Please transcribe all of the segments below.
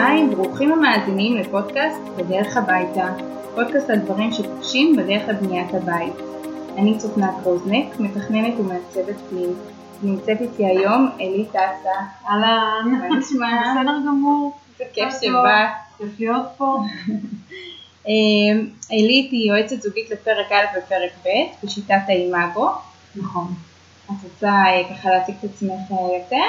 היי, ברוכים המאזינים לפודקאסט בדרך הביתה, פודקאסט על דברים שפוגשים בדרך לבניית הבית. אני צופנת רוזנק, מתכננת ומעצבת פנים. נמצאת איתי היום אלי טסה. אהלן, מה נשמע? בסדר גמור. זה כיף שבאת. כיף להיות פה. אלי היא יועצת זוגית לפרק א' ופרק ב' בשיטת האימאגו. נכון. את רוצה ככה להציג את עצמך יותר?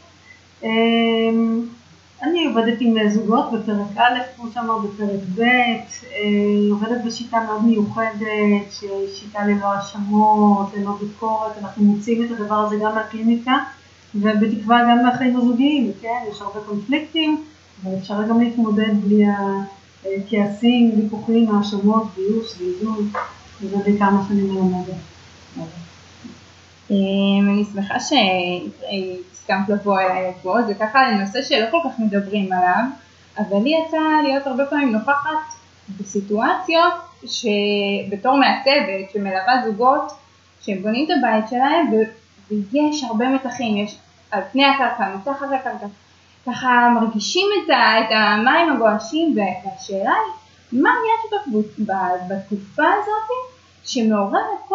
אני עובדת עם זוגות בפרק א', כמו שאמר בפרק ב', עובדת בשיטה מאוד מיוחדת, שיטה ללא האשמות, ללא ביקורת. אנחנו מוצאים את הדבר הזה גם מהקליניקה, ובתקווה גם מהחיים הזוגיים, כן? יש הרבה קונפליקטים, אבל אפשר גם להתמודד בלי הכעסים, ויכוחים, האשמות, ביוש, זלזול, וזה בעיקר מה שאני מלמדת. אני שמחה שהסכמת לבוא אליי לפה, זה ככה נושא שלא כל כך מדברים עליו, אבל לי יצא להיות הרבה פעמים נוכחת בסיטואציות שבתור מעצבת שמלווה זוגות שהם בונים את הבית שלהם ויש הרבה מתחים, יש על פני הקרקע, מתחת לקרקע, ככה מרגישים את המים הגועשים, והשאלה היא, מה יש בתקופה הזאת שמעורר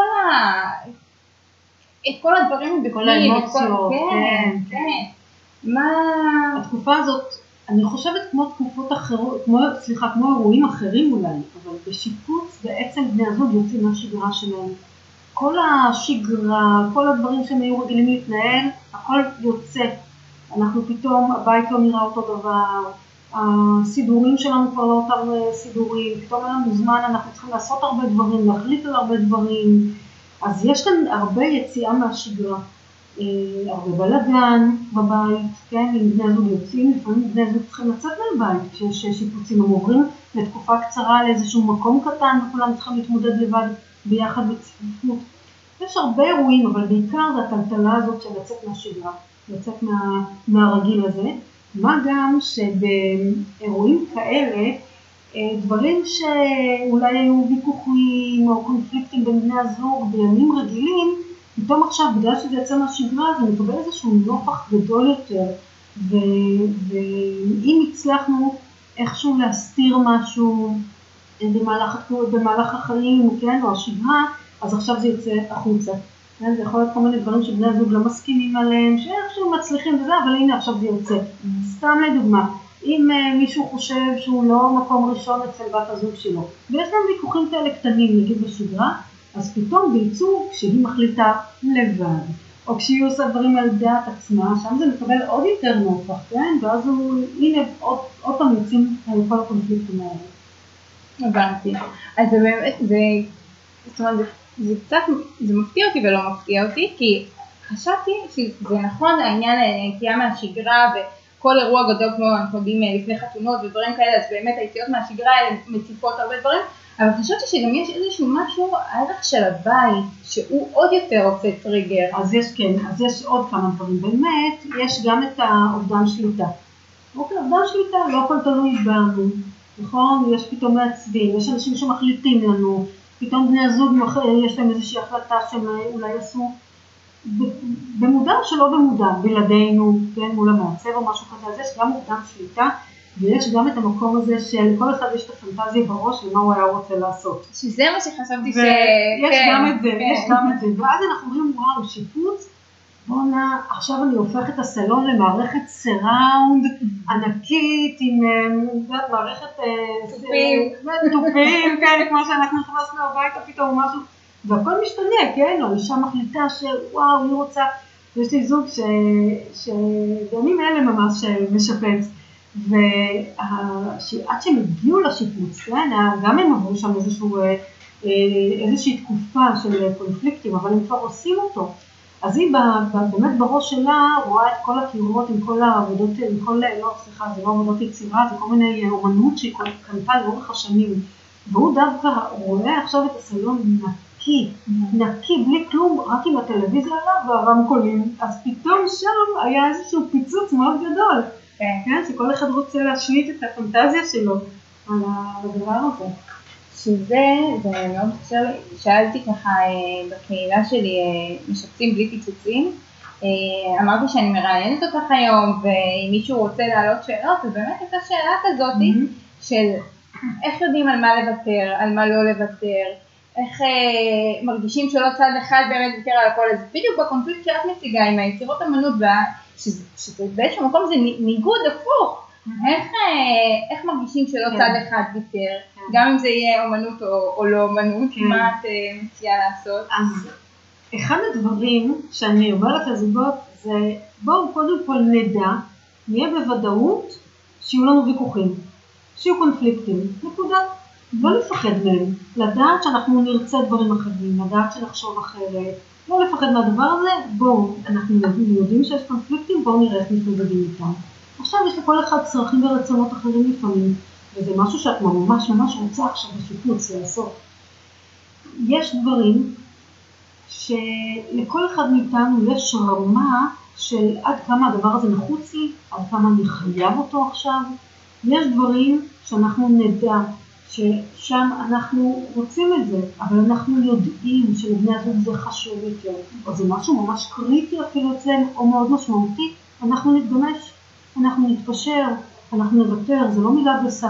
את כל הדברים בפנים, כל האמוציות, כן. מה... התקופה הזאת, אני חושבת כמו תקופות אחרות, כמו אירועים אחרים אולי, אבל בשיפוץ בעצם בני הזוג יוצאים מהשגרה שלהם. כל השגרה, כל הדברים שהם היו רגילים להתנהל, הכל יוצא. אנחנו פתאום, הבית לא נראה אותו דבר, הסידורים שלנו כבר לא אותם סידורים, פתאום אין לנו זמן, אנחנו צריכים לעשות הרבה דברים, להחליט על הרבה דברים, אז יש כאן הרבה יציאה מהשגרה, הרבה בלגן בבית, כן, אם בני הזוג יוצאים, לפעמים בני הזוג צריכים לצאת מהבית, כשיש שיפוצים, הם עוברים לתקופה קצרה לאיזשהו מקום קטן, וכולם צריכים להתמודד לבד ביחד בצפיפות. יש הרבה אירועים, אבל בעיקר זה הטלטלה הזאת של לצאת מהשגרה, לצאת מהרגיל הזה, מה גם שבאירועים כאלה, דברים שאולי היו ויכוחים או קונפליקטים בין בני הזוג בימים רגילים, פתאום עכשיו בגלל שזה יצא מהשגרה זה מקבל איזשהו נופח גדול יותר, ואם הצלחנו איכשהו להסתיר משהו במהלך החיים, כן, או השגרה, אז עכשיו זה יוצא החוצה. כן, זה יכול להיות כל מיני דברים שבני הזוג לא מסכימים עליהם, שאיכשהו מצליחים וזה, אבל הנה עכשיו זה יוצא. סתם לדוגמה, אם מישהו חושב שהוא לא מקום ראשון אצל בת הזוג שלו, ויש להם ויכוחים כאלה קטנים, נגיד בשגרה, אז פתאום בייצוג שהיא מחליטה לבד, או כשהיא עושה דברים על דעת עצמה, שם זה מקבל עוד יותר נופח, כן? ואז הוא, הנה, עוד פעם יוצאים כל הקונפליקטים האלה. הבנתי. אז זה באמת, זאת אומרת, זה מפתיע אותי ולא מפתיע אותי, כי חשבתי שזה נכון העניין היציאה מהשגרה וכל אירוע גדול כמו אנחנו יודעים לפני חתונות ודברים כאלה, אז באמת היציאות מהשגרה האלה מציפות הרבה דברים, אבל חשבתי שגם יש איזשהו משהו, הערך של הבית, שהוא עוד יותר עושה טריגר. אז יש עוד כמה דברים. באמת, יש גם את האובדן שליטה. אוקיי, אובדן שליטה, לא הכל תלוי בנו, נכון? יש פתאום מעצבים, יש אנשים שמחליטים לנו, פתאום בני הזוג יש להם איזושהי החלטה שהם אולי עשו במודע או שלא במודע, בלעדינו, כן, מול המעצב או משהו כזה. אז יש גם אובדן שליטה, ויש גם את המקום הזה שלכל אחד יש את הפנטזיה בראש ומה הוא היה רוצה לעשות. שזה מה שחשבתי יש גם את זה, יש גם את זה. ואז אנחנו אומרים, וואו, שיפוץ, בוא'נה, עכשיו אני הופך את הסלון למערכת סראונד ענקית עם מערכת טופים, כן, כמו שאנחנו נכנסנו הביתה פתאום או משהו, והכל משתנה, כן, או אישה מחליטה שוואו, היא רוצה, יש לי זוג שבימים אלה ממש משפץ, ועד שהם הגיעו לשיפוץ, כן, גם הם עברו שם איזושהי תקופה של קונפליקטים, אבל הם כבר עושים אותו. אז היא באמת בראש שלה רואה את כל הקירות עם כל העבודות, זה לא עבודות יצירה, זה כל מיני אומנות שהיא קנתה לאורך השנים. והוא דווקא רואה עכשיו את הסלון נקי, בלי כלום, רק עם הטלוויזיה עליו והרמקולים. אז פתאום שם היה איזשהו פיצוץ מאוד גדול. כן, שכל אחד רוצה להשליט את הפנטזיה שלו על הדבר הזה. שזה מאוד חשוב, שאלתי ככה בקהילה שלי משפצים בלי פיצוצים, אמרתי שאני מראיינת אותך היום, ואם מישהו רוצה להעלות שאלות, אז באמת הייתה שאלה כזאת של איך יודעים על מה לוותר, על מה לא לוותר, איך מרגישים שלא צד אחד באמת ויתר על הכל, אז בדיוק בקונפליקט שאת מציגה עם היצירות אמנות, שזה באיזשהו מקום זה ניגוד הפוך, איך מרגישים שלא צד אחד ויתר, גם אם זה יהיה אומנות או לא אומנות, מה את מציעה לעשות? אז אחד הדברים שאני אומרת לזוגות זה בואו קודם כל נהיה בוודאות שיהיו לנו ויכוחים, שיהיו קונפליקטים, נקודה. לא לפחד מהם, לדעת שאנחנו נרצה דברים אחרים, לדעת שנחשוב אחרת, לא לפחד מהדבר הזה, בואו, אנחנו יודעים שיש קונפליקטים, בואו נראה איך מתמודדים איתם. עכשיו יש לכל אחד צרכים ורצונות אחרים לפעמים, וזה משהו שאת ממש רוצה עכשיו בשיפוץ לעשות. יש דברים שלכל אחד מאיתנו יש רמה של עד כמה הדבר הזה נחוץ לי, עד כמה אני חייב אותו עכשיו. יש דברים שאנחנו נדע ששם אנחנו רוצים את זה, אבל אנחנו יודעים שלבני הזוג זה חשוב יותר, או זה משהו ממש קריטי אפילו אצלם, או מאוד משמעותי, אנחנו נתגמש, אנחנו נתפשר, אנחנו נוותר, זה לא מילה גסה.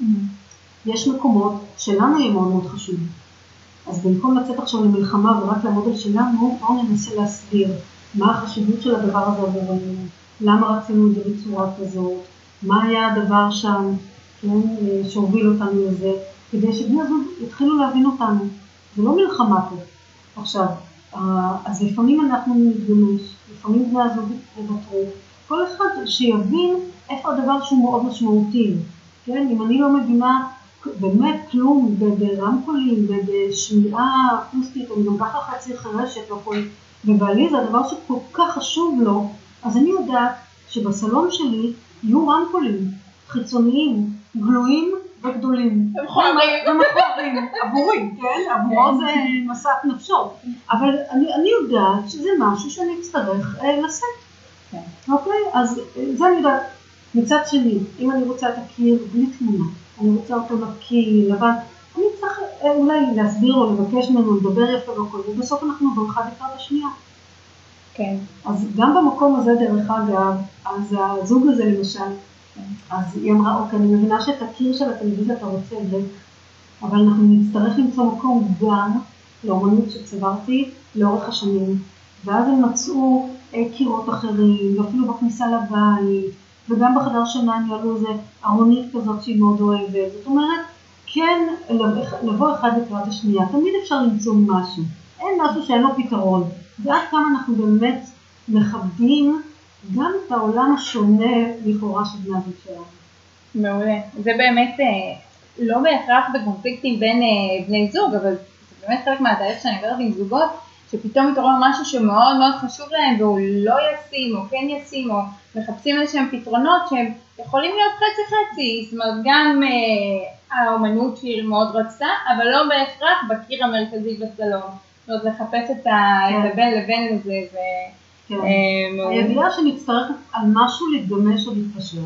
יש מקומות שלנו יהיה מאוד מאוד חשוב. אז במקום לצאת עכשיו למלחמה ורק לעמוד על שלנו, בואו ננסה להסביר מה החשיבות של הדבר הזה עבורנו, למה רצינו את זה בצורה כזאת, מה היה הדבר שם, כן, שהוביל אותנו לזה, כדי שבני הזוג יתחילו להבין אותנו. זה לא מלחמה פה. עכשיו, אז לפעמים אנחנו נתגמש, לפעמים בני הזוג יוותרו, כל אחד שיבין איפה הדבר שהוא מאוד משמעותי. כן, אם אני לא מבינה באמת כלום ברמקולים, בשמיעה אקוסטית, או גם ככה חצי חרשת, ובעלי זה הדבר שכל כך חשוב לו, אז אני יודעת שבסלון שלי יהיו רמקולים חיצוניים, גלויים וגדולים. ומכוערים, עבורי, כן? עבורו זה מסעת נפשו. אבל אני יודעת שזה משהו שאני אצטרך לשאת. אוקיי? אז זה אני יודעת. מצד שני, אם אני רוצה את הקיר בלי תמונה, אני רוצה אותו נקי, לבן, אני צריך אולי להסביר או לבקש ממנו, לדבר יפה והכל, ובסוף אנחנו באחד לקראת השנייה. כן. אז גם במקום הזה דרך אגב, אז הזוג הזה למשל, אז היא אמרה, אוקיי, אני מבינה שאת הקיר של הטלוויזיה אתה רוצה את זה, אבל אנחנו נצטרך למצוא מקום גם לאומנות שצברתי לאורך השנים, ואז הם מצאו קירות אחרים, ואפילו בכניסה לבית, וגם בחדר שינה הם יעלו איזה ארונית כזאת שהיא מאוד אוהבת. זאת אומרת, כן, לבוא אחד לקראת השנייה, תמיד אפשר למצוא משהו. אין משהו שאין לו פתרון. ועד כמה אנחנו באמת מכבדים גם את העולם השונה לכאורה של בני הזוג שלנו. מעולה. זה באמת לא בהכרח בקונפליקטים בין בני זוג, אבל זה באמת חלק מהתהליך שאני עוברת עם זוגות, שפתאום מתעורר משהו שמאוד מאוד חשוב להם, והוא לא ישים או כן ישים, או מחפשים איזשהם פתרונות שהם יכולים להיות חצי-חצי, זאת אומרת גם האומנות שהיא מאוד רצתה, אבל לא בהכרח בקיר המרכזי בסלון. זאת אומרת, לחפש את הבין לבין לזה, זה מעולה. הידיעה שנצטרך על משהו להתגמש או להתפשר.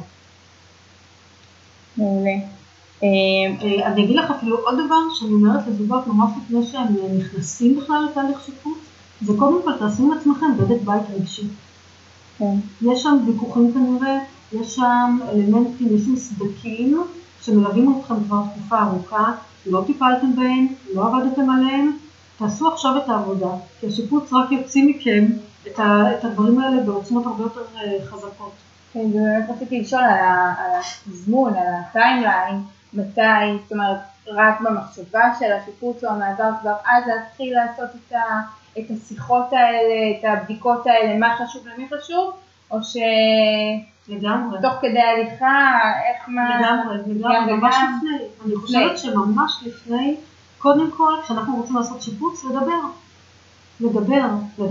מעולה. אני אגיד לך אפילו עוד דבר שאני אומרת לזוגות ממש לפני שהם נכנסים בכלל לתהליך שיפוץ, זה קודם כל תעשו עם עצמכם בדק בית רגשי. יש שם ויכוחים כנראה, יש שם אלמנטים, יש שם סדקים שמלווים אתכם כבר תקופה ארוכה, לא טיפלתם בהם, לא עבדתם עליהם, תעשו עכשיו את העבודה, כי השיפוץ רק יוציא מכם את הדברים האלה בעוצמות הרבה יותר חזקות. כן, באמת רציתי לשאול על הזמון, על הטיימליין, מתי, זאת אומרת, רק במחשבה של השיפוץ או המעבר כבר אז להתחיל לעשות את השיחות האלה, את הבדיקות האלה, מה חשוב למי חשוב, או שתוך כדי הליכה, איך מה... לגמרי, ממש לפני. אני חושבת שממש לפני, קודם כל, כשאנחנו רוצים לעשות שיפוץ, לדבר. זה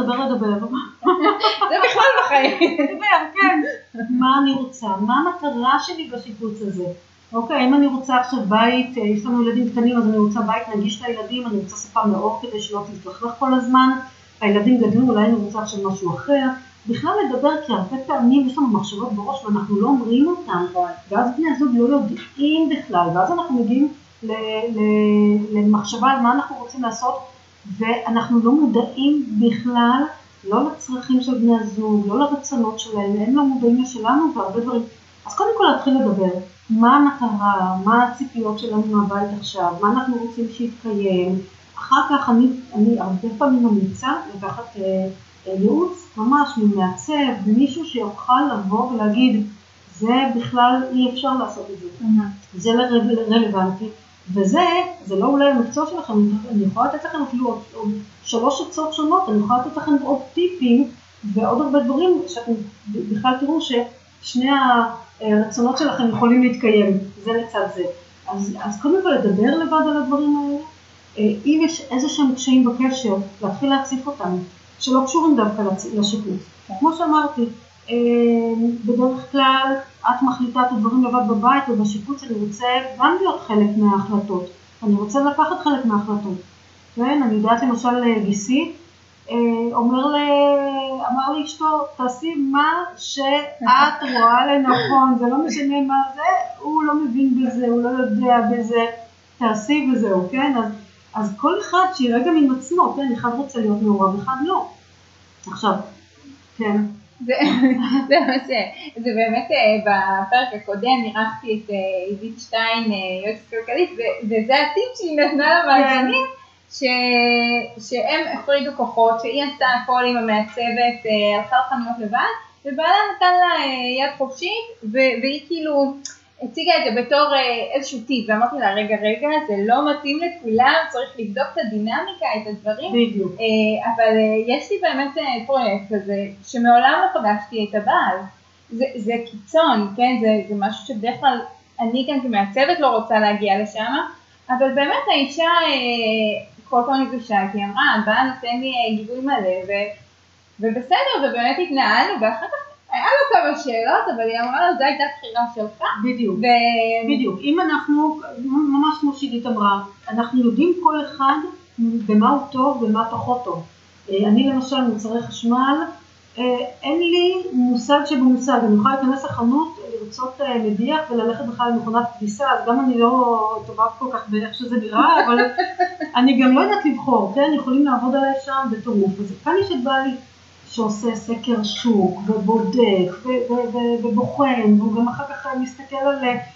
בכלל בחיים. לדבר, כן. מה אני רוצה? מה המטרה שלי בשיפוץ הזה? אוקיי, אם אני רוצה עכשיו בית, יש לנו ילדים קטנים, אז אני רוצה בית נגיש לילדים, אני רוצה ספה מאור כדי שלא תתלכלך כל הזמן, הילדים גדלו, אולי אני רוצה עכשיו משהו אחר. בכלל לדבר, כי הרבה פעמים יש לנו מחשבות בראש ואנחנו לא אומרים אותן, ואז בני הזוג לא יודעים בכלל, ואז אנחנו מגיעים למחשבה על מה אנחנו רוצים לעשות, ואנחנו לא מודעים בכלל לא לצרכים של בני הזוג, לא לרצונות שלהם, הם לא מודעים לשלנו והרבה דברים. אז קודם כל להתחיל לדבר, מה המטרה, מה הציפיות שלנו מהבית עכשיו, מה אנחנו רוצים שיתקיים. אחר כך אני הרבה פעמים ממליצה לקחת ייעוץ ממש ממעצב, מישהו שיוכל לבוא ולהגיד, זה בכלל אי אפשר לעשות את זה. זה רלוונטי. וזה לא אולי המקצוע שלכם, אני יכולה לתת לכם אפילו עוד 3 עצות שונות, אני יכולה לתת לכם עוד טיפים ועוד הרבה דברים שאתם בכלל תראו ששני הרצונות שלכם יכולים להתקיים, זה לצד זה. אז קודם כל לדבר לבד על הדברים האלה, אם יש איזה שהם קשיים בקשר, להתחיל להציף אותם, שלא קשורים דווקא לשיפוץ. כמו שאמרתי, בדרך כלל את מחליטה את הדברים לבד בבית, ובשיפוץ אני רוצה גם להיות חלק מההחלטות. אני רוצה לקחת חלק מההחלטות. כן, אני יודעת למשל גיסי, אמר לי אשתו, תעשי מה שאת רואה לנכון, זה לא משנה מה זה, הוא לא מבין בזה, הוא לא יודע בזה, תעשי וזהו, כן? אז כל אחד שירגע עם עצמו, כן, אחד רוצה להיות מעורב, אחד לא. עכשיו, כן. זה באמת בפרק הקודם אירחתי את עידית שטיין, יועצת כלכלית, וזה הטיפ שהיא נתנה למאזינים, שהם הפרידו כוחות, שהיא עשתה הכל עם המעצבת, הלכה לחנויות לבד, ובעלה נתן לה יד חופשית, והיא כאילו הציגה את זה בתור איזשהו טיפ, ואמרתי לה, רגע, זה לא מתאים לכולם, צריך לבדוק את הדינמיקה, את הדברים. בדיוק. אבל יש לי באמת פרויקט כזה, שמעולם לא פגשתי את הבעל. זה קיצון, כן? זה משהו שבדרך כלל אני כאן כמעצבת לא רוצה להגיע לשם, אבל באמת האישה כל פעם נפגשה, כי אמרה, הבעל נותן לי גיבוי מלא, ובסדר, ובאמת התנהלנו, ואחר כך היה לו כמה שאלות, אבל היא אמרה לו, זו הייתה בחירה שלך. בדיוק, בדיוק. אם אנחנו, ממש כמו שעידית אמרה, אנחנו יודעים כל אחד במה הוא טוב ומה פחות טוב. אני למשל מוצרי חשמל, אין לי מושג שבמושג, אני יכולה להיכנס לחנות, לרצות מדיח וללכת בכלל למכונת כביסה, אז גם אני לא טובה כל כך באיך שזה נראה, אבל אני גם לא יודעת לבחור, כן? יכולים לעבוד עליי שם בטירוף. אז כאן יש את בעלי שעושה סקר שוק ובודק ובוחן, והוא גם אחר כך מסתכל על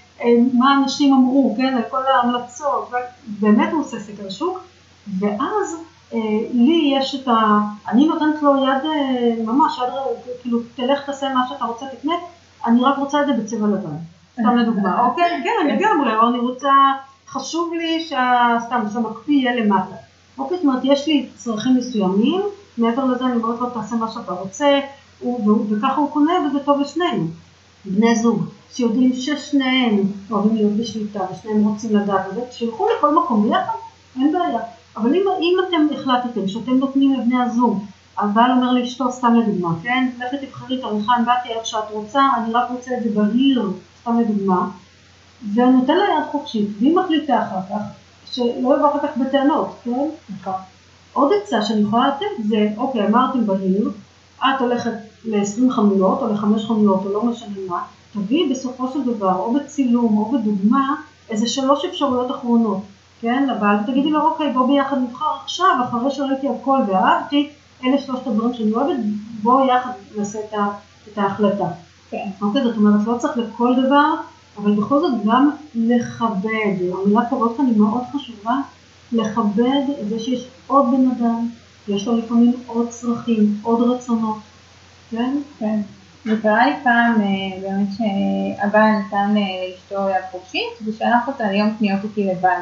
מה אנשים אמרו, כן? על כל ההמלצות, ובאמת הוא עושה סקר שוק, ואז לי יש את אני נותנת לו יד ממש, כאילו תלך תעשה מה שאתה רוצה תקנה, אני רק רוצה את זה בצבע לבן, סתם לדוגמה, אוקיי? כן, אני גם אני רוצה, חשוב לי שהמקפיא יהיה למטה, אוקיי? זאת אומרת, יש לי צרכים מסוימים, מעבר לזה אני אומרת לו תעשה מה שאתה רוצה, וככה הוא קונה וזה טוב לשנינו. בני זוג שיודעים ששניהם אוהבים להיות בשליטה ושניהם רוצים לדעת וזה, שילכו לכל מקום ביחד, אין בעיה. אבל אם אתם החלטתם שאתם נותנים לבני הזוג, הבעל אומר לאשתו סתם לדוגמה, כן? לכת תבחרי את עריכה, אני באתי איך שאת רוצה, אני רק רוצה את זה בהיר, סתם לדוגמה, ונותן לה יד חופשית, והיא מחליטה אחר כך, שלא יבוא אחר כך בטענות, כן? נכון. עוד עצה שאני יכולה לתת זה, אוקיי, אמרתם בהיר, את הולכת ל-20 חנויות או ל-5 חנויות או לא משנה מה, תביאי בסופו של דבר, או בצילום או בדוגמה, איזה 3 אפשרויות אחרונות. כן, לבעל, ותגידי לו, אוקיי, בוא ביחד נבחר עכשיו, אחרי שראיתי הכל ואהבתי, אלה 3 הדברים שאני אוהבת, בוא יחד נעשה את ההחלטה. כן. אוקיי, זאת אומרת, לא צריך לכל דבר, אבל בכל זאת גם לכבד, המילה כבוד כאן היא מאוד חשובה, לכבד את זה שיש עוד בן אדם, יש לו לפעמים עוד צרכים, עוד רצונות, כן? כן. זה קרה לי פעם באמת שהבעל נתן לאשתו יד חופשית, ושלח אותה ליום קניות איתי לבד.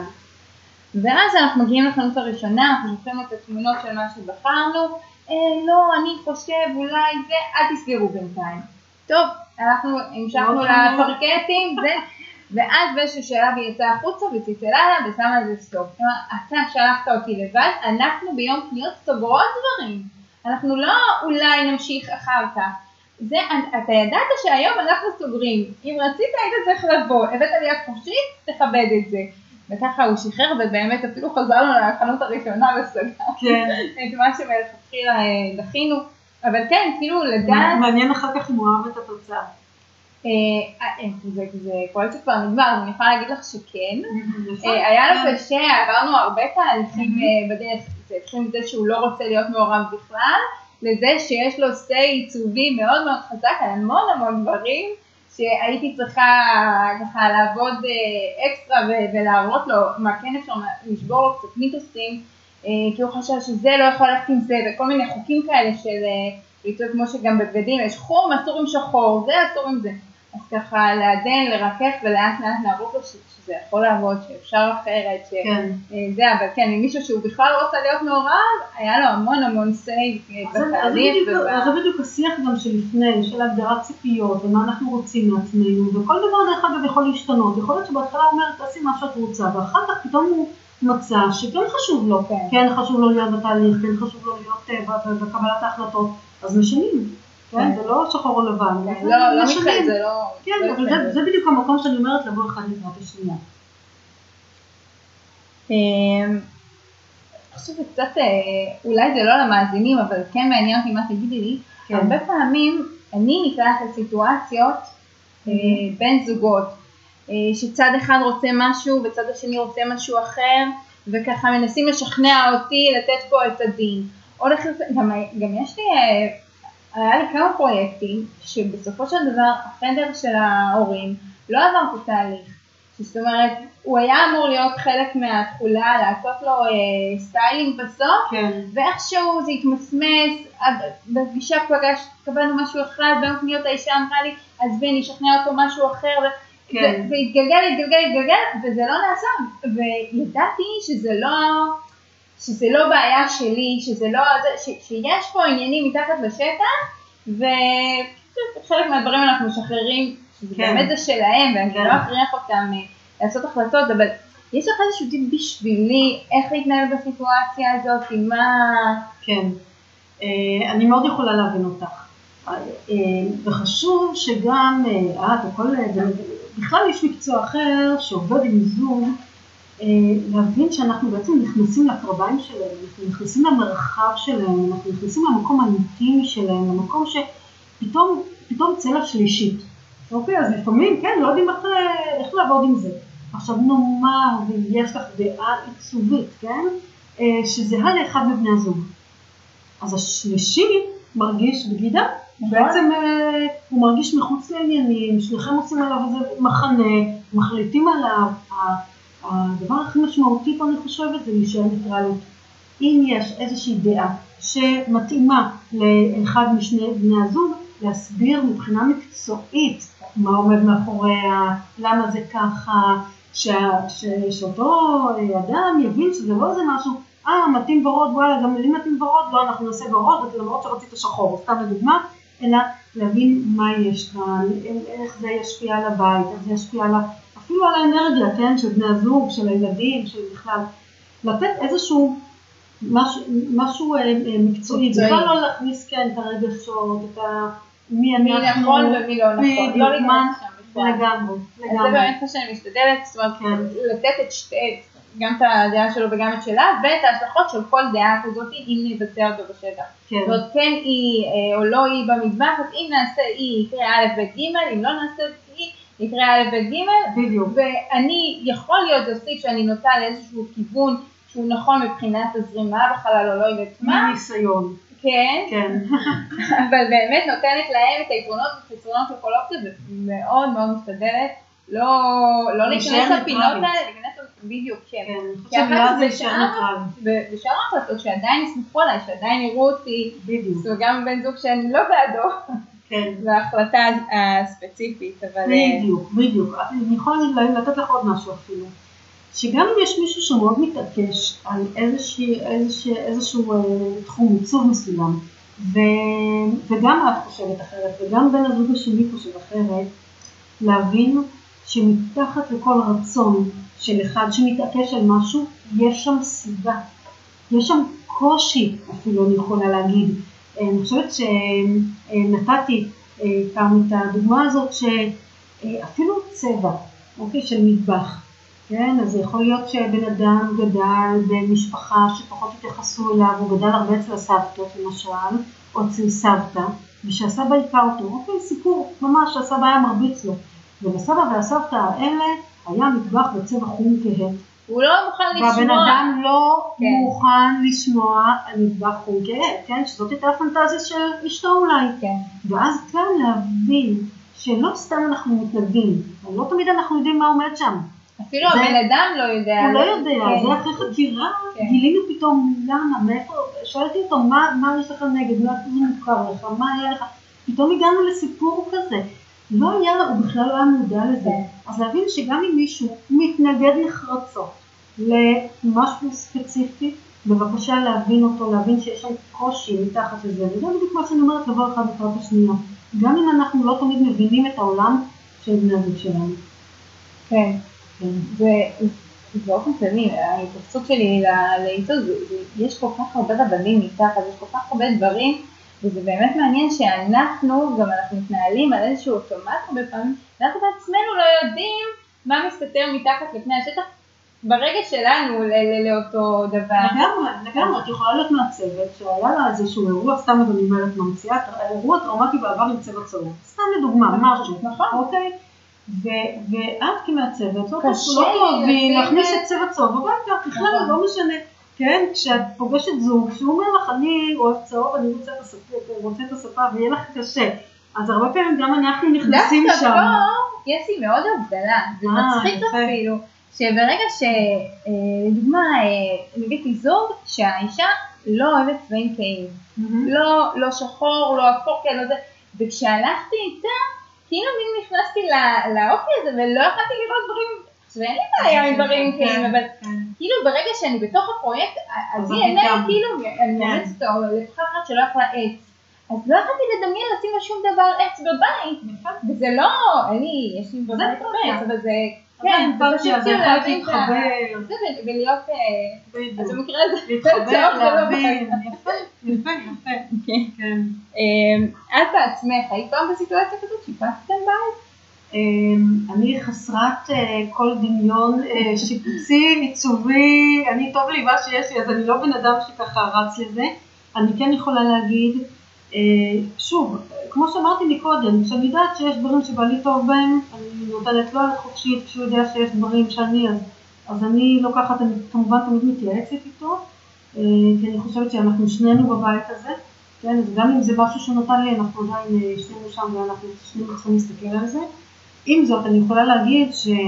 ואז אנחנו מגיעים לחנות הראשונה, אנחנו שולחים את התמונות של מה שבחרנו, לא, אני חושב, אולי זה, אל תסגרו בינתיים. טוב, אנחנו המשכנו לפרקטים, ואז באיזשהו שלב היא יצאה החוצה וצלצלה לה ושמה על זה סטופ. אתה שלחת אותי לבד, אנחנו ביום קניות סוגרות דברים. אנחנו לא אולי נמשיך אחר כך. אתה ידעת שהיום אנחנו סוגרים. אם רצית היית צריך לבוא, הבאת לי יד חופשית, תכבד את זה. וככה הוא שחרר, ובאמת אפילו חזרנו לחנות הראשונה וסגר. כן. את מה שמלכתחילה דחינו. אבל כן, כאילו לדעת... מעניין אחר כך אם הוא אהב את התוצאה. זה פרויקט שכבר נגמר, אני יכולה להגיד לך שכן. היה לו קשה, עברנו הרבה תהליכים בדרך, זה התחיל מזה שהוא לא רוצה להיות מעורב בכלל, לזה שיש לו סי עיצובי מאוד מאוד חזק על המון דברים, שהייתי צריכה ככה לעבוד אקסטרה ולהראות לו מה כן אפשר לשבור לו קצת מיתוסים, כי הוא חושב שזה לא יכול ללכת עם זה, וכל מיני חוקים כאלה של עיצוב, כמו שגם בבגדים יש חום, אסור עם שחור, זה אסור עם זה. אז ככה לעדן, לרכך ולאט לאט להראות לו שזה יכול לעבוד, שאפשר אחרת, שזה, אבל כן, עם מישהו שהוא בכלל לא רוצה להיות מעורב, היה לו המון סי בתהליך. זה בדיוק השיח גם שלפני, של הגדרת ציפיות, ומה אנחנו רוצים לעצמנו, וכל דבר דרך אגב יכול להשתנות. יכול להיות שבהתחלה הוא אומר, תעשי מה שאת רוצה, ואחר כך פתאום הוא מצא שכן חשוב לו, כן חשוב לו להיות בתהליך, כן חשוב לו להיות בקבלת ההחלטות, אז משנים. כן, זה לא שחור או לבן. לא מתחיל, זה לא... כן, אבל זה בדיוק המקום שאני אומרת לבוא אחד לקראת השנייה. אני חושבת קצת, אולי זה לא למאזינים, אבל כן מעניין אותי מה תגידי לי. הרבה פעמים אני נקראת לסיטואציות בין זוגות, שצד אחד רוצה משהו וצד השני רוצה משהו אחר, וככה מנסים לשכנע אותי לתת פה את הדין. גם יש לי... היה לי כמה פרויקטים שבסופו של דבר החדר של ההורים לא עבר פה תהליך. זאת אומרת, הוא היה אמור להיות חלק מהתחולה, לעשות לו סטיילינג בסוף, ואיכשהו זה התמסמס, בפגישה קבלנו משהו אחד, ביום קניות האישה אמרה לי, אז בי אני אשכנע אותו משהו אחר, זה התגלגל, וזה לא נעשה, וידעתי שזה לא בעיה שלי, שיש פה עניינים מתחת לשטח, וחלק מהדברים אנחנו משחררים, שזה באמת זה שלהם, ואני לא אכריח אותם לעשות החלטות, אבל יש לך איזשהו טיפ בשבילי, איך להתנהל בסיטואציה הזאת, עם מה... כן, אני מאוד יכולה להבין אותך, וחשוב שגם, בכלל יש מקצוע אחר שעובד עם זוג, להבין שאנחנו בעצם נכנסים לקרביים שלהם, אנחנו נכנסים למרחב שלהם, אנחנו נכנסים למקום האינטימי שלהם, למקום שפתאום צלע שלישית. אוקיי, אז לפעמים, כן, לא יודעים איך לעבוד עם זה. עכשיו נאמר, ויש לך דעה עיצובית, כן, שזהה לאחד מבני הזוג. אז השלישי מרגיש בגידה, בעצם הוא מרגיש מחוץ לעניינים, שניכם עושים עליו איזה מחנה, מחליטים עליו, הדבר הכי משמעותי פה אני חושבת זה להישאר ניטרלית. אם יש איזושהי דעה שמתאימה לאחד משני בני הזוג, להסביר מבחינה מקצועית מה עומד מאחוריה, למה זה ככה, שאותו אדם יבין שזה לא איזה משהו, מתאים ורוד, וואלה, גם לי מתאים ורוד, לא, אנחנו נעשה ורוד, למרות שרצית שחור, סתם לדוגמה, אלא להבין מה יש כאן, איך זה ישפיע על הבית, איך זה ישפיע על אפילו על האנרגיה, כן, של בני הזוג, של הילדים, של בכלל, לתת איזשהו משהו מקצועי, בכלל לא להכניס כן את הרגשות, את מי נכון ומי לא נכון, לא לגמרי שם. לגמרי. אז זה באמת מה שאני משתדלת, זאת אומרת, לתת גם את הדעה שלו וגם את שלה, ואת ההשלכות של כל דעה כזאת, אם נבצע אותו בשטח. זאת אומרת, כן היא או לא היא במטבח, אז אם נעשה היא יקרה א' ב' ג', אם לא נעשה היא יקרה א' ב' ג', בדיוק. ואני יכול להיות להוסיף שאני נוטה לאיזשהו כיוון שהוא נכון מבחינת הזרימה בחלל או לא יודעת מה. מניסיון. כן. אבל באמת נותנת להם את היתרונות והחסרונות של כל אופציה, ומאוד מאוד משתדלת לא להיכנס לפינות האלה, להיכנס בדיוק, כן. כי אחת זה בשאר ההחלטות שעדיין יסמכו עליי, שעדיין יראו אותי, זאת גם בן זוג שאני לא בעדו. להחלטה הספציפית, אבל... בדיוק. אני יכולה לתת לך עוד משהו אפילו. שגם אם יש מישהו שמאוד מתעקש על איזשהו תחום עיצוב מסוים, וגם את חושבת אחרת, וגם בן הזוג השני חושב אחרת, להבין שמתחת לכל רצון של אחד שמתעקש על משהו, יש שם סיבה. יש שם קושי, אפילו אני יכולה להגיד. אני חושבת שנתתי פעם את הדוגמה הזאת שאפילו צבע, אוקיי, של מטבח, כן? אז זה יכול להיות שבן אדם גדל במשפחה שפחות התייחסו אליו, הוא גדל הרבה אצל הסבתות למשל, או אצל סבתא, ושהסבא יקע אותו, אוקיי, סיפור ממש, שהסבא היה מרביץ לו. ולסבא והסבתא האלה היה מטבח בצבע חום כהה. הוא לא מוכן לשמוע. והבן אדם לא מוכן לשמוע על נדבך חוגה, כן? שזאת הייתה הפנטזיה של אשתו אולי. כן. ואז כאן להבין שלא סתם אנחנו מתנגדים, לא תמיד אנחנו יודעים מה עומד שם. אפילו הבן אדם לא יודע. הוא לא יודע, זה אחרי חקירה, גילינו פתאום למה, מאיפה, שאלתי אותו מה יש לך נגד, מה זה מוכר לך, מה היה לך, פתאום הגענו לסיפור כזה. לא היה, הוא בכלל לא היה מודע לזה. אז להבין שגם אם מישהו מתנגד נחרצות למשהו ספציפי, בבקשה להבין אותו, להבין שיש שם קושי מתחת לזה. וזה בדיוק מה שאני אומרת, לבוא אחד לקראת השנייה. גם אם אנחנו לא תמיד מבינים את העולם של בני הזוג שלנו. כן. ובאופן כללי, ההתייחסות שלי לעיתות, יש כל כך הרבה רבדים מתחת, יש כל כך הרבה דברים, וזה באמת מעניין שאנחנו, גם אנחנו מתנהלים על איזשהו אוטומט הרבה פעמים, ואנחנו בעצמנו לא יודעים מה מסתתר מתחת לפני השטח, ברגע שלנו לאותו דבר. לגמרי, את יכולה להיות מהצוות, שהיה לה איזשהו אירוע, סתם אני אומרת ממציאה, אירוע טראומטי בעבר עם צבע צהוב, סתם לדוגמה, משהו, אוקיי? ואת כמעצבת, לא תאהבי להכניס את צבע צהוב הביתה, בכלל לא משנה. כן, כשאת פוגשת זוג, שהוא אומר לך, אני אוהב צהוב, אני רוצה את הספה, ויהיה לך קשה. אז הרבה פעמים גם אנחנו נכנסים שם. דווקא פה, יש לי מאוד הבדלה, זה מצחיק אפילו, שברגע לדוגמה, נגידי זוג, שהאישה לא אוהבת צבעים קהים. לא שחור, לא אפור, כן, לא זה. וכשהלכתי איתה, כאילו מין נכנסתי לאופי הזה, ולא יכולתי לראות דברים, ואין לי בעיה עם דברים כאלה, אבל כאילו ברגע שאני בתוך הפרויקט, אז היא עיניי כאילו, אני מאמצת אותו, לפחות אחת שלא יכולה עץ, אז לא יכולתי לדמיין לשים לו שום דבר עץ בבית, וזה לא, יש לי בבית עץ, אבל זה, כן, זה פשוט כאילו להבין זה, ולהיות, אז במקרה הזה, להתחבר, להבין, יפה, כן. את בעצמך, היית פעם בסיטואציה כזאת, שיפצתם בית? אני חסרת כל דמיון שיפוצי, עיצובי, אני טוב לי מה שיש לי, אז אני לא בן אדם שככה רץ לזה. אני כן יכולה להגיד, שוב, כמו שאמרתי מקודם, כשאני יודעת שיש דברים שבא לי טוב בהם, אני נותנת לו על חופשית, כשהוא יודע שיש דברים שאני, אז אני לוקחת, אני כמובן תמיד מתייעצת איתו, כי אני חושבת שאנחנו שנינו בבית הזה, כן, אז גם אם זה משהו שנותן לי, אנחנו עדיין שנינו שם ואנחנו שנינו צריכים להסתכל על זה. עם זאת, אני יכולה להגיד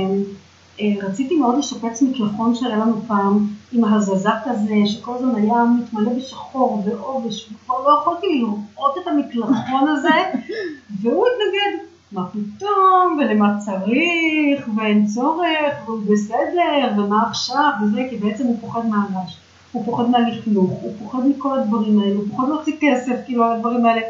שרציתי מאוד לשפץ מקלחון שהיה לנו פעם, עם ההזזה כזה, שכל הזמן היה מתמלא בשחור ועובש, וכבר לא יכולתי לראות את המקלחון הזה, והוא התנגד, מה פתאום, ולמה צריך, ואין צורך, והוא בסדר, ומה עכשיו, וזה, כי בעצם הוא פוחד מהרעש, הוא פוחד מהלכלוך, הוא פוחד מכל הדברים האלה, הוא פוחד להוציא כסף, כאילו, על הדברים האלה.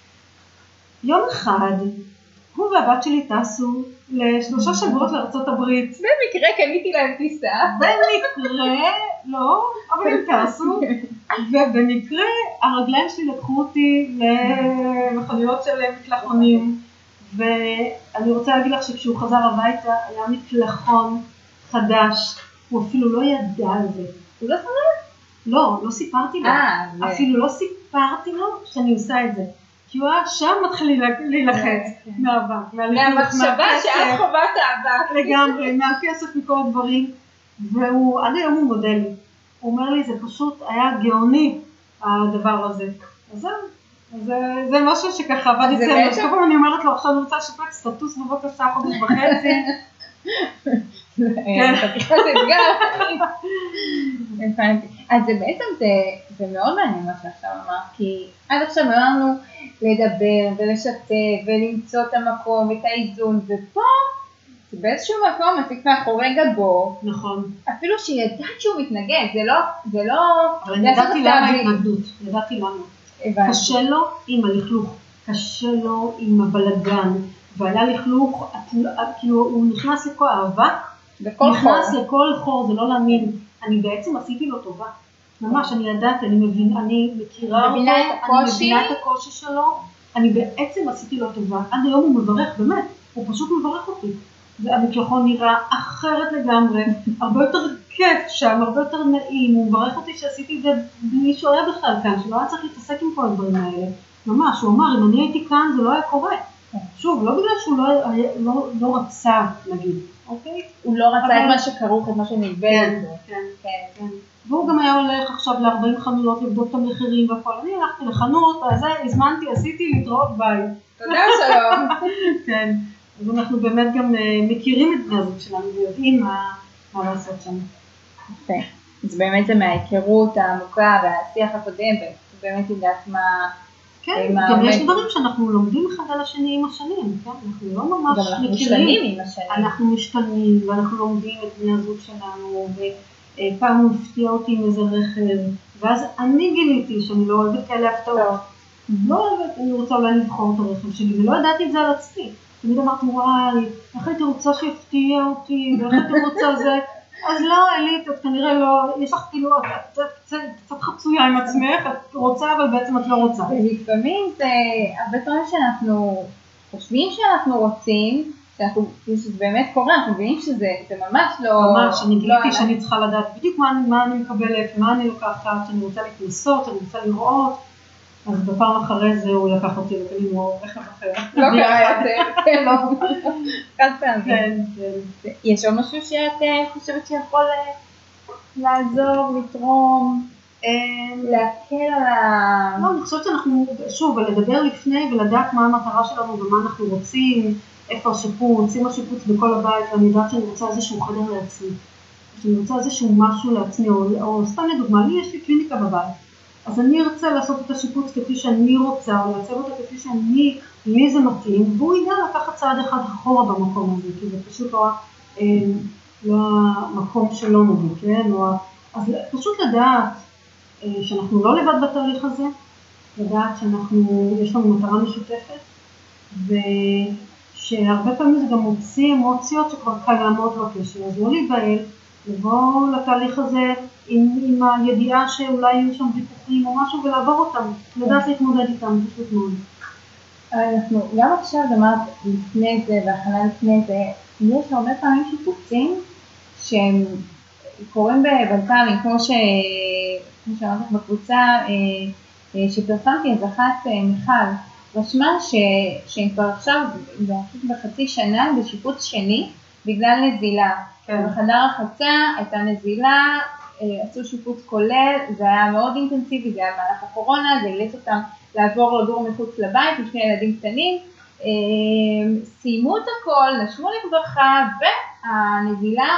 יום אחד, הוא והבת שלי טסו ל3 שבועות לארצות הברית. במקרה קניתי להם טיסה. במקרה, לא, אבל הם טסו. ובמקרה הרגליים שלי לקחו אותי למכוניות של מקלחונים. ואני רוצה להגיד לך שכשהוא חזר הביתה היה מקלחון חדש. הוא אפילו לא ידע על זה. הוא לא סמך? לא סיפרתי לו. אפילו לא סיפרתי לו שאני עושה את זה. כי הוא היה שם מתחיל להילחץ מהאבק, מהמחשבה שאת חובת האבק. לגמרי, מהכסף מכל הדברים, והוא, עד היום הוא מודה לי. הוא אומר לי, זה פשוט היה גאוני הדבר הזה. אז זה משהו שככה עבד אצלנו, אז כל פעם אני אומרת לו, עכשיו אני רוצה לשפץ סטטוס בבקשה חודש וחצי. חתיכת אתגר. אז זה בעצם, זה מאוד מעניין מה שעכשיו אמרת, כי עד עכשיו אמרנו לדבר ולשתף ולמצוא את המקום, את האיזון, ופה זה באיזשהו מקום מציק מאחורי גבו. נכון. אפילו שידעת שהוא מתנגד, זה לא... אבל ידעתי למה ההתנגדות, ידעתי למה. קשה לו עם הלכלוך, קשה לו עם הבלגן, והיה לכלוך, כאילו הוא נכנס לכל האבק, נכנס לכל חור, זה לא להאמין. אני בעצם עשיתי לו טובה. ממש, אני ידעתי, אני מכירה אותו, אני מבינה את הקושי שלו, אני בעצם עשיתי לו טובה. עד היום הוא מברך, באמת, הוא פשוט מברך אותי. המקלחון נראה אחרת לגמרי, הרבה יותר כיף שם, הרבה יותר נעים, הוא מברך אותי שעשיתי את זה בלי שהוא היה בכלל כאן, שלא היה צריך להתעסק עם כל הדברים האלה. ממש, הוא אמר, אם אני הייתי כאן זה לא היה קורה. שוב, לא בגלל שהוא לא רצה, נגיד, אוקיי? הוא לא רצה את מה שכרוך, את מה שנלווה. כן. והוא גם היה הולך עכשיו ל-40 חנויות לבדוק את המחירים והכל. אני הלכתי לחנות, הזמנתי, עשיתי להתראות ביי. תודה שלום. כן, אז אנחנו באמת גם מכירים את בני הזוג שלנו ויודעים מה לעשות שם. יפה. אז באמת זה מההיכרות העמוקה והשיח הקודם, ובאמת יודעת מה... כן, גם יש דברים שאנחנו לומדים אחד על השני עם השנים, כן? אנחנו לא ממש מכירים. גם אנחנו משתנים עם השנים. אנחנו משתנים ואנחנו לומדים את בני הזוג שלנו, ופעם הוא הפתיע אותי עם איזה רכב, ואז אני גיליתי שאני לא אוהבת כאלה הפתעות. לא אוהבת, אני רוצה אולי לבחור את הרכב שלי, ולא ידעתי את זה על עצמי. תמיד אמרתי, וואי, איך הייתי רוצה שיפתיע אותי, ואיך הייתי רוצה זה... אז לא, אלית, את כנראה לא, יש לך כאילו, את קצת חצויה עם עצמך, את רוצה, אבל בעצם את לא רוצה. ולפעמים זה הרבה דברים שאנחנו חושבים שאנחנו רוצים, שזה באמת קורה, אנחנו מבינים שזה ממש לא... ממש, אני גיליתי שאני צריכה לדעת בדיוק מה אני מקבלת, מה אני לוקחת, שאני רוצה להתנסות, שאני רוצה לראות, אז בפעם אחרי זה הוא לקח אותי וקניתי לו רכב אחר. לא קרה יותר, כן, לא. חד פעמים. כן. יש עוד משהו שאת חושבת שיכול לעזור, לתרום, להקל על ה... לא, אני חושבת שאנחנו, שוב, לדבר לפני ולדעת מה המטרה שלנו ומה אנחנו רוצים, איפה השיפוץ, אם השיפוץ בכל הבית, ואני יודעת שאני רוצה איזשהו חדר לעצמי. שאני רוצה איזשהו משהו לעצמי, או סתם לדוגמה, לי יש לי קליניקה בבית. אז אני ארצה לעשות את השיפוץ כפי שאני רוצה, או לעצב אותה כפי לי זה מתאים, והוא ידע לקחת צעד אחד אחורה במקום הזה, כי זה פשוט לא המקום שלו נגיד, כן? אז פשוט לדעת שאנחנו לא לבד בתהליך הזה, לדעת יש לנו מטרה משותפת, ושהרבה פעמים זה גם מוציא אמוציות שכבר קיימות בקשר, אז לא להיבהל, לבוא לתהליך הזה עם הידיעה שאולי יהיו שם ויכוחים או משהו ולעבור אותם, לדעת להתמודד איתם, פשוט מאוד. אנחנו גם עכשיו אמרת לפני זה והכנה לפני זה, יש הרבה פעמים שיפוצים שהם קורים בבלקנים, כמו שאמרת לך בקבוצה שפרסמתי, אז אחת מיכל רשמה שהם כבר עכשיו בחצי שנה בשיפוץ שני בגלל נזילה. בחדר החצה הייתה נזילה, עשו שיפוץ כולל, זה היה מאוד אינטנסיבי, זה היה במהלך הקורונה, זה אילץ אותם לעבור לגור מחוץ לבית עם שני ילדים קטנים, סיימו את הכל, נשמו לברכה, והנזילה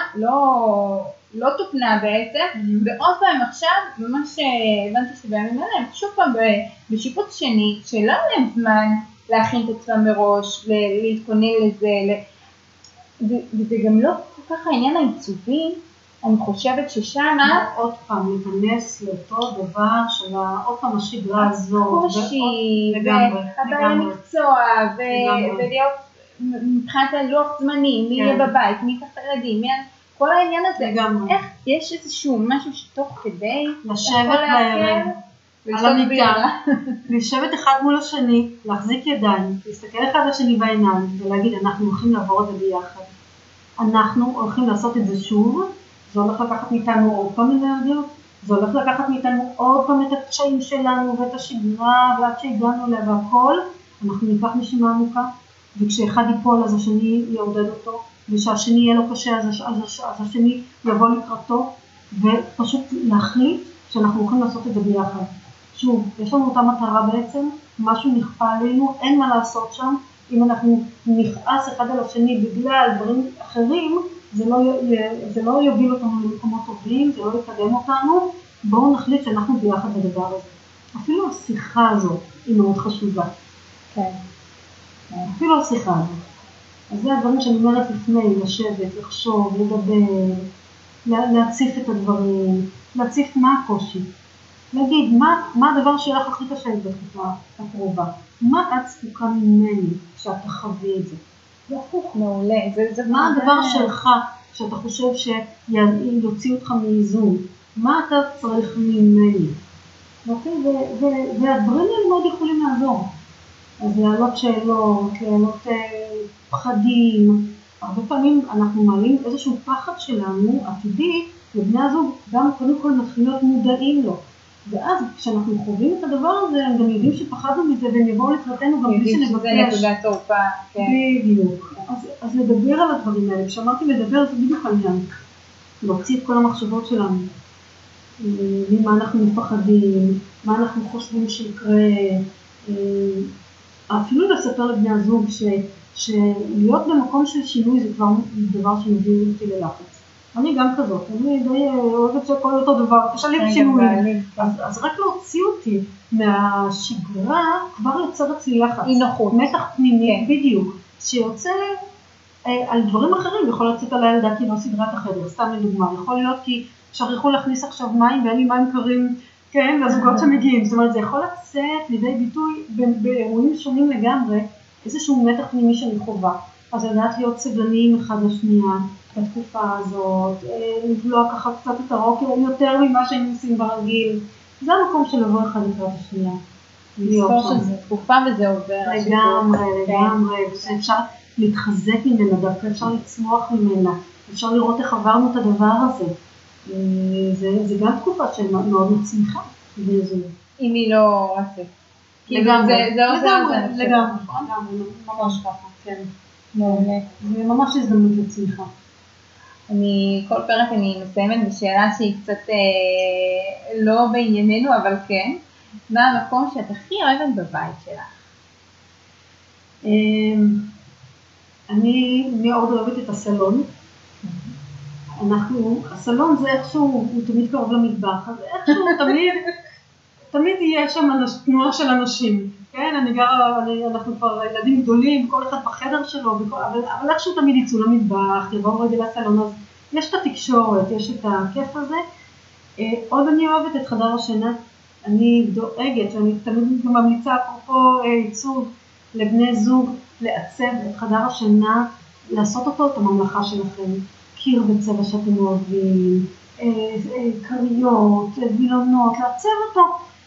לא תוקנה בעצם, ועוד פעם עכשיו, ממש הבנתי שבימים האלה, הם שוב פעם בשיפוץ שני, שלא להם זמן להכין את עצמם מראש, להתכונן לזה, וזה גם לא כל כך העניין העיצובי, אני חושבת ששם... עוד פעם, להיכנס לאותו דבר של עוד פעם השגרה הזאת. קושי, והבעל המקצוע, ולהיות מבחינת הלוח זמנים, מי יהיה בבית, מי ייקח את הילדים, כל העניין הזה. איך יש איזשהו משהו שתוך כדי... לשבת בערב, על המיטה, לשבת אחד מול השני, להחזיק ידיים, להסתכל אחד לשני בעיניים, ולהגיד, אנחנו הולכים לעבור את זה ביחד. אנחנו הולכים לעשות את זה שוב, זה הולך לקחת מאיתנו עוד פעם אנרגיות, זה הולך לקחת מאיתנו עוד פעם את הקשיים שלנו ואת השגרה, ועד שהגענו אליה והכל, אנחנו ניקח נשימה עמוקה, וכשאחד ייפול אז השני יעודד אותו, וכשהשני יהיה לו קשה אז השני יבוא לקראתו, ופשוט להחליט שאנחנו הולכים לעשות את זה ביחד. שוב, יש לנו אותה מטרה בעצם, משהו נכפה עלינו, אין מה לעשות שם, אם אנחנו נכעס אחד על השני בגלל דברים אחרים, זה לא יוביל אותנו למקומות טובים, זה לא יקדם אותנו, בואו נחליט שאנחנו ביחד בדבר הזה. אפילו השיחה הזאת היא מאוד חשובה. כן. אפילו השיחה הזאת. אז זה הדברים שאני אומרת לפני, לשבת, לחשוב, לדבר, להציף את הדברים, להציף מה הקושי. להגיד, מה הדבר שלך הכי קשה בתקופה הקרובה? מה את זקוקה ממני כשאת תחווי את זה? זה הפוך מעולה. מה הדבר שלך שאתה חושב שיוציא אותך מאיזון? מה אתה צריך ממני? והדברים האלה מאוד יכולים לעזור. אז להעלות שאלות, להעלות פחדים. הרבה פעמים אנחנו מעלים איזשהו פחד שלנו, עתידי, לבני הזוג, גם קודם כל מתחילים להיות מודעים לו. ואז כשאנחנו חווים את הדבר הזה, הם גם יודעים שפחדנו מזה, והם יבואו לקראתנו גם בלי שנבקש. יודעים שזה נקודת תורפה, כן. בדיוק. אז לדבר על הדברים האלה, כשאמרתי לדבר זה בדיוק העניין. להוציא את כל המחשבות שלנו. ממה אנחנו מפחדים, מה אנחנו חושבים שיקרה, אפילו לספר לבני הזוג שלהיות במקום של שינוי זה כבר דבר שמביא אותי ללחץ. אני גם כזאת, אני די אוהבת שכל אותו דבר, קשה לי בשינויים. אז רק להוציא אותי מהשגרה כבר יוצר אצלי לחץ. אי נוחות. מתח פנימי, בדיוק, שיוצא על דברים אחרים, יכול לצאת על הילדה כי לא סדרה את החדר, סתם לדוגמה, יכול להיות כי שכחו להכניס עכשיו מים ואין לי מים קרים, כן, לזוגות שמגיעים, זאת אומרת זה יכול לצאת לידי ביטוי באירועים שונים לגמרי, איזשהו מתח פנימי שאני חובה, אז לדעת להיות סבלניים אחד לשנייה בתקופה הזאת, לבלוע ככה קצת את הרוק יותר ממה שהיינו עושים ברגיל, זה המקום של לבוא אחד לקראת השנייה. לזכור שזה תקופה וזה עובר. לגמרי, ושאפשר להתחזק ממנה, דווקא אפשר לצמוח ממנה, אפשר לראות איך עברנו את הדבר הזה. זה גם תקופה שמאוד מצמיחה. אם היא לא רצית. לגמרי, לגמרי, ממש ככה, כן. זה ממש הזדמנות לצמיחה. אני, כל פרק אני מסיימת בשאלה שהיא קצת לא בענייננו, אבל כן. מה המקום שאת הכי אוהבת בבית שלך? אני מאוד אוהבת את הסלון. הסלון זה איכשהו, הוא תמיד קרוב למטבח, אז איכשהו תמיד יהיה שם תנועה של אנשים. כן, אנחנו כבר ילדים גדולים, כל אחד בחדר שלו, אבל איכשהו תמיד יצאו למטבח, יבואו רגע לסלון, אז יש את התקשורת, יש את הכיף הזה. עוד אני אוהבת את חדר השינה, אני דואגת, ואני תמיד גם ממליצה אפרופו עיצוב לבני זוג, לעצב את חדר השינה, לעשות אותו את הממלכה שלכם, קיר בצבע שאתם אוהבים, קריות, וילונות, לעצב אותו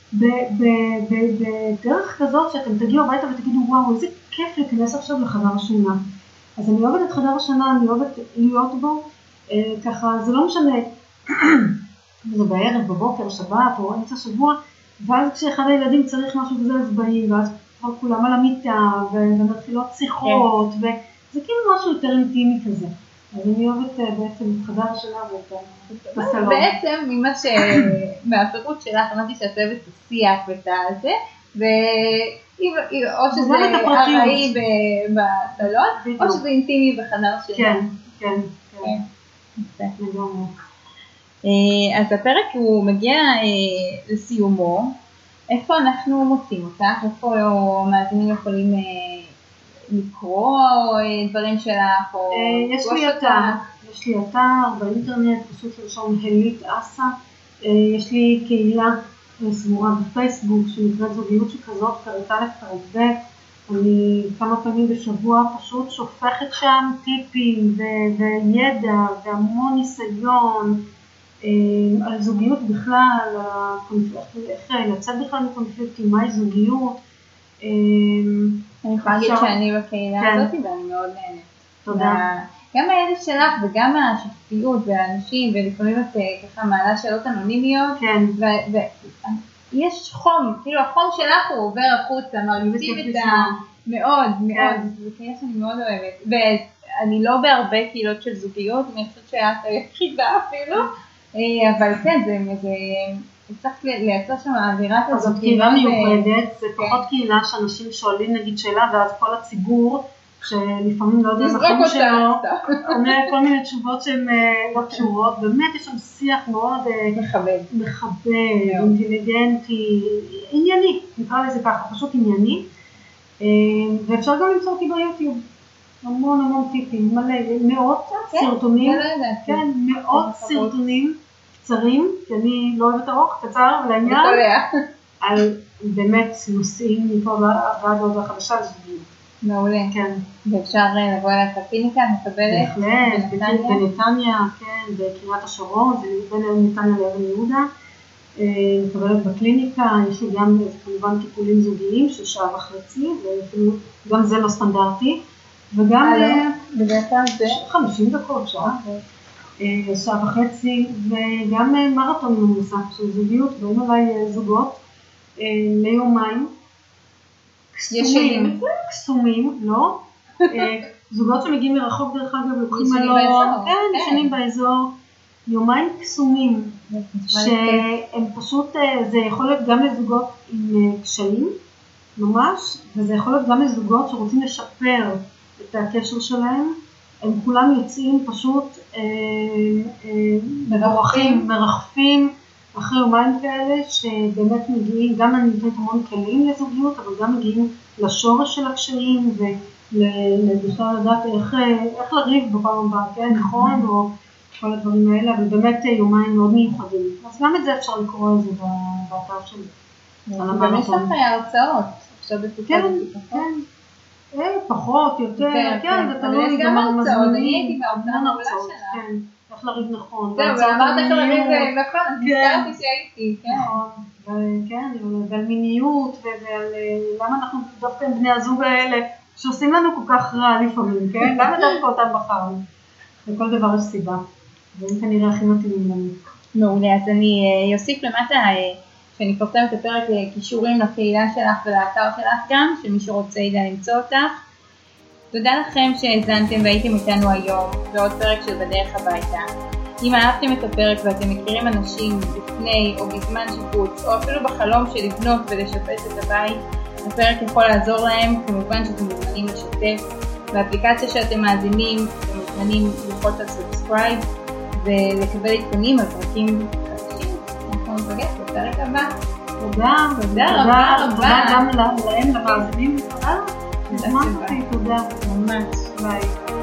בדרך כזאת שאתם תגיעו הביתה ותגידו וואו איזה כיף להיכנס עכשיו לחדר השינה. אז אני אוהבת את חדר השינה, אני אוהבת להיות בו, ככה זה לא משנה, זה בערב, בבוקר, שבת או אמצע שבוע, ואז כשאחד הילדים צריך משהו כזה אז באים, ואז כולם על המיטה ומתחילות שיחות, וזה כאילו משהו יותר אינטימי כזה. אז אני אוהבת בעצם את חדר השינה ואת הסלון. בעצם מהפירוט שלך אמרתי שאת אוהבת את השיח ואת הזה, או שזה ארעי בסלון, או שזה אינטימי בחדר השינה. כן. אז הפרק הוא מגיע לסיומו, איפה אנחנו מוצאים אותך, איפה מאזינים יכולים לקרוא דברים שלך, או יש לי אתר באינטרנט, פשוט לרשום הלית אסה, יש לי קהילה סגורה בפייסבוק שנקראת זוגיות שכזאת, פרק א' פרק ב', אני כמה פעמים בשבוע פשוט שופכת שם טיפים וידע והמון ניסיון על זוגיות בכלל, איך לצאת בכלל מקונפליקטים, מהי זוגיות. אני יכולה להגיד שאני בקהילה הזאת ואני מאוד נהנית. תודה. גם הידע שלך וגם השותפיות והאנשים, ולפעמים את ככה מעלה שאלות אנונימיות. כן. יש חום, כאילו החום שלך הוא עובר החוצה, מרגישים את מאוד, זה קהילה שאני מאוד אוהבת. ואני לא בהרבה קהילות של זוגיות, אני חושבת שאת היחידה אפילו, אבל כן, זה צריך לייצר שם האווירה כזאת. זאת קהילה מיוחדת, זה פחות קהילה שאנשים שואלים נגיד שאלה, ואז כל הציבור, שלפעמים לא יודע זכות שלו, עונה כל מיני תשובות שהן לא קשורות, באמת יש שם שיח מאוד מכבד, אינטליגנטי, ענייני, נקרא לזה ככה, פשוט ענייני, ואפשר גם למצוא אותי ביוטיוב, המון טיפים, מלא, מאות סרטונים, כן, מאות סרטונים קצרים, כי אני לא אוהבת ארוך, קצר ולעניין, על באמת נושאים מפה ועד עוד החדשה זוגיות. מעולה. כן. ואפשר לבוא אליי את הקליניקה, מקבלת. בהחלט, בנתניה, כן, בקריית השרון, זה בין נתניה לאבן יהודה. מקבלת בקליניקה, יש לי גם כמובן טיפולים זוגיים של שעה וחצי, וגם זה לא סטנדרטי. וגם בדרך כלל זה 50 דקות, שעה. שעה וחצי, וגם מרתון ממוסק של זוגיות, באים אליי זוגות ליומיים, קסומים, לא? זוגות שמגיעים מרחוק דרך אגב, לוקחים מלון, כן, ישנים באזור, יומיים קסומים, שהם פשוט, זה יכול להיות גם לזוגות עם קשיים, ממש, וזה יכול להיות גם לזוגות שרוצים לשפר את הקשר שלהם, הם כולם יוצאים פשוט מרחפים אחרי יומיים כאלה, שבאמת מגיעים, גם אני נותנת המון כלים לזוגיות, אבל גם מגיעים לשורש של הקשיים, ובכלל לדעת איך לריב בפעם הבאה, כן, נכון, או כל הדברים האלה, אבל באמת יומיים מאוד מיוחדים. אז גם את זה אפשר לקרוא את זה באתר שלי. גם יש לך הרצאות, עכשיו בתקופה כן. פחות, יותר, כן, זה תלוי. אבל יש גם הרצאות, אני הייתי בהרצאה מעולה שלה. כן, איך לריב נכון. זהו, ואמרת איך לריב נכון, אז נזכרתי שהייתי, כן. כן, ועל מיניות, ועל למה אנחנו דווקא עם בני הזוג האלה, שעושים לנו כל כך רע לפעמים, כן? למה דווקא אותם בחרנו? לכל דבר יש סיבה, והם כנראה הכי מתאימים לנו. מעולה, אז אני אוסיף למטה, שאני אפרסם את הפרק קישורים לקהילה שלך ולאתר שלך גם, שמי שרוצה ידע למצוא אותך. תודה לכם שהזנתם והייתם איתנו היום, ועוד פרק של בדרך הביתה. אם אהבתם את הפרק ואתם מכירים אנשים לפני או בזמן שיפוץ, או אפילו בחלום של לבנות ולשפץ את הבית, הפרק יכול לעזור להם, כמובן שאתם מוזמנים לשתף. באפליקציה שאתם מאזינים, אתם מוזמנים ללחוץ על סאבסקרייב, ולקבל עדכונים על פרקים חדשים. אנחנו נפגש בפרק הבא. תודה רבה גם להם, למאזינים. תודה. תודה. ממש. ביי.